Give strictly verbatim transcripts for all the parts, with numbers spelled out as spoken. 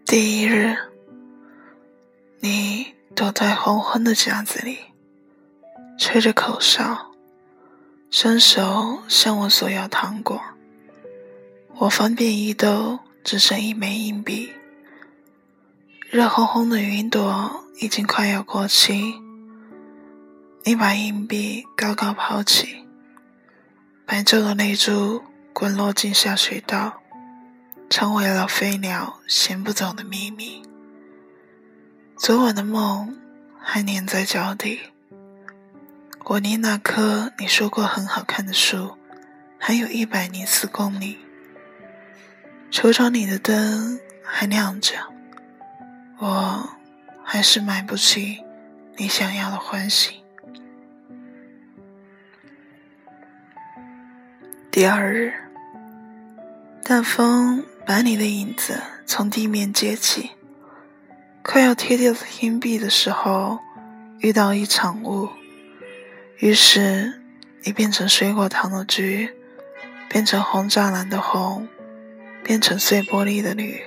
第一日，你躲在黄昏的夹子里，吹着口哨，伸手向我索要糖果。我翻遍衣兜，只剩一枚硬币。热烘烘的云朵已经快要过期，你把硬币高高抛起，白昼的泪珠滚落进下水道，成为了飞鸟衔不走的秘密。昨晚的梦还粘在脚底，我离那棵你说过很好看的树还有一百零四公里。球场里的灯还亮着，我还是买不起你想要的欢喜。第二日，大风把你的影子从地面接起，快要贴掉天壁的时候，遇到一场雾，于是你变成水果糖的橘，变成红栅栏的红，变成碎玻璃的绿。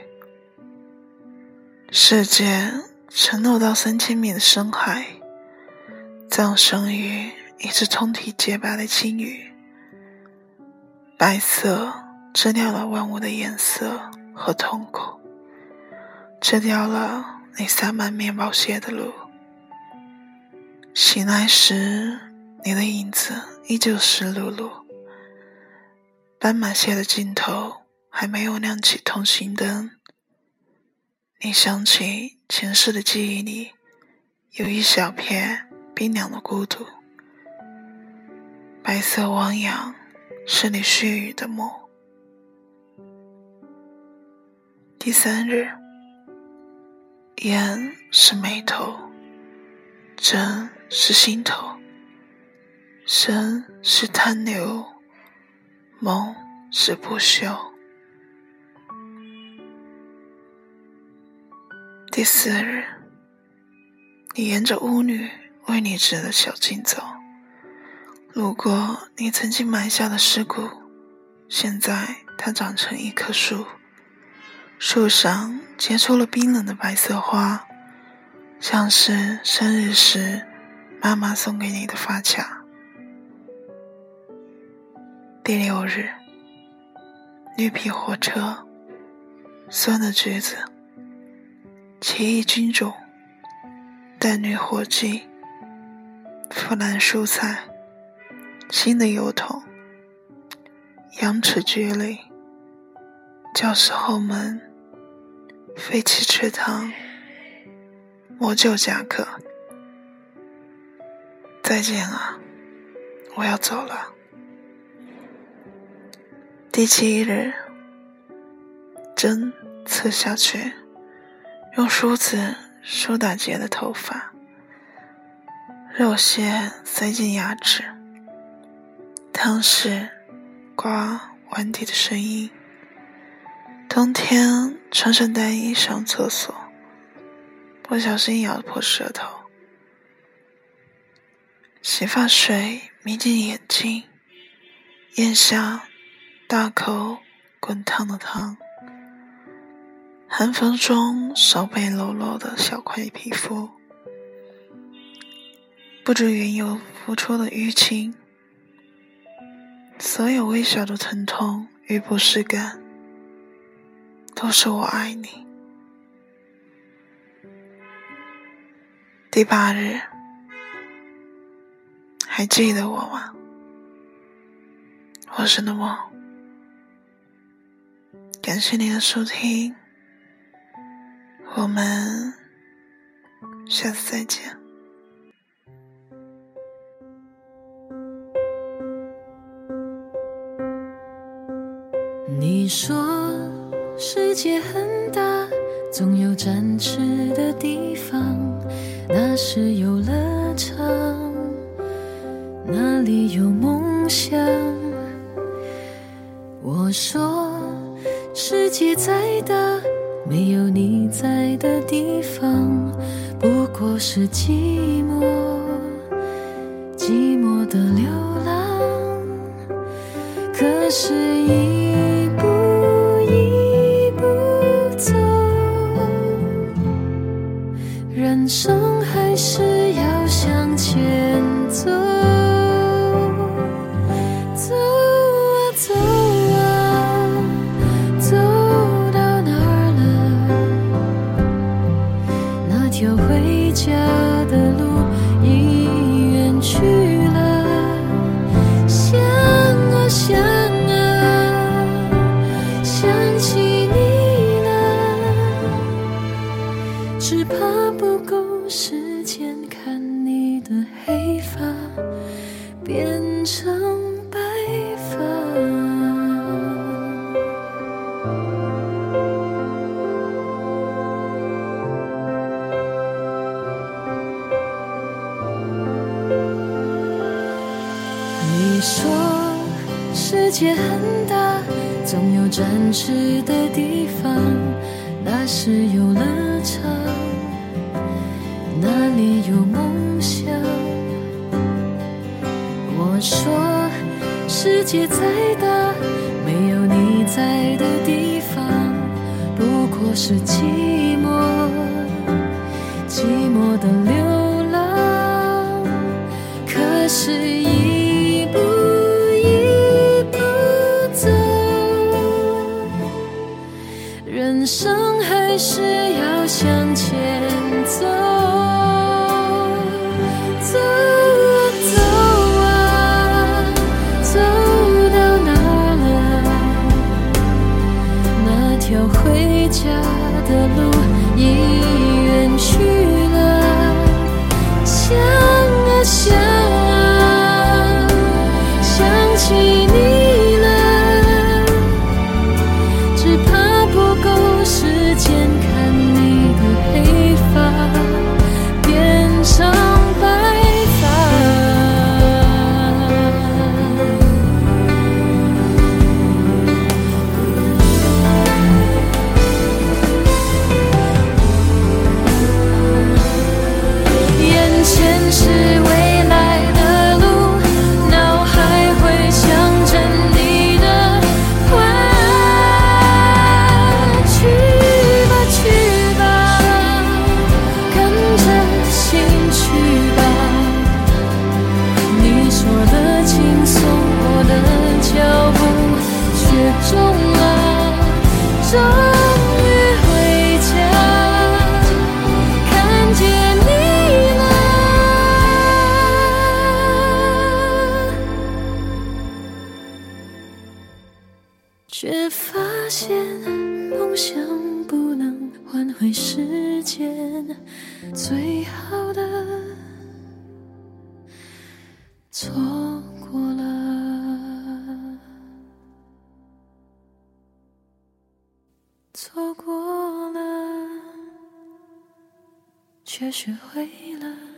世界沉落到三千米的深海，葬身于一只通体洁白的鲸鱼。白色吃掉了万物的颜色和痛苦，吃掉了你洒满面包屑的路。醒来时，你的影子依旧湿漉漉，斑马线的尽头还没有亮起通行灯。你想起前世的记忆里有一小片冰凉的孤独，白色汪洋是你絮语的梦。第三日，眼是眉头，针是心头，生是贪留，梦是不朽。第四日，你沿着巫女为你织的小径走，路过你曾经埋下的尸骨，现在它长成一棵树，树上结出了冰冷的白色花，像是生日时妈妈送给你的发卡。第六日，绿皮火车，酸的橘子，奇异菌种，淡绿火鸡，腐烂蔬菜，新的油桶，羊齿蕨类，教室后门，废弃池塘，磨旧夹克。再见啊，我要走了。第七日，针刺下去，用梳子梳打结的头发，肉馅塞进牙齿，汤匙刮碗底的声音。冬天穿上单衣上厕所，不小心咬破舌头。洗发水迷进眼睛，咽下大口滚烫的汤。寒风中手背裸露的小块皮肤，不知缘由浮出的淤青，所有微小的疼痛与不适感，都是我爱你。第八日，还记得我吗？我是的梦。感谢你的收听，我们下次再见。 你说世界很大，总有展翅的地方，那是游乐场，那里有梦想。我说世界再大，没有你在的地方，不过是寂寞，寂寞的流浪。可是一步一步走， 的，总有展翅的地方，那是游乐场，那里有梦想。我说世界再大，没有你在的地方，不过是寂寞，寂寞的流浪。可是一步一步走，人生还是要向前走，走走啊，走到哪了？那条回家的路已远去了。想啊想啊，想起你了，只怕不够时间看你的黑发变成白发。眼前是未来的路，脑海会想着你的话。去吧去吧，跟着心去吧。你说的轻松，我的脚步却重了。终于回家，看见你了，却发现梦想不能换回时间，最好的错过了，错过了，却学会了。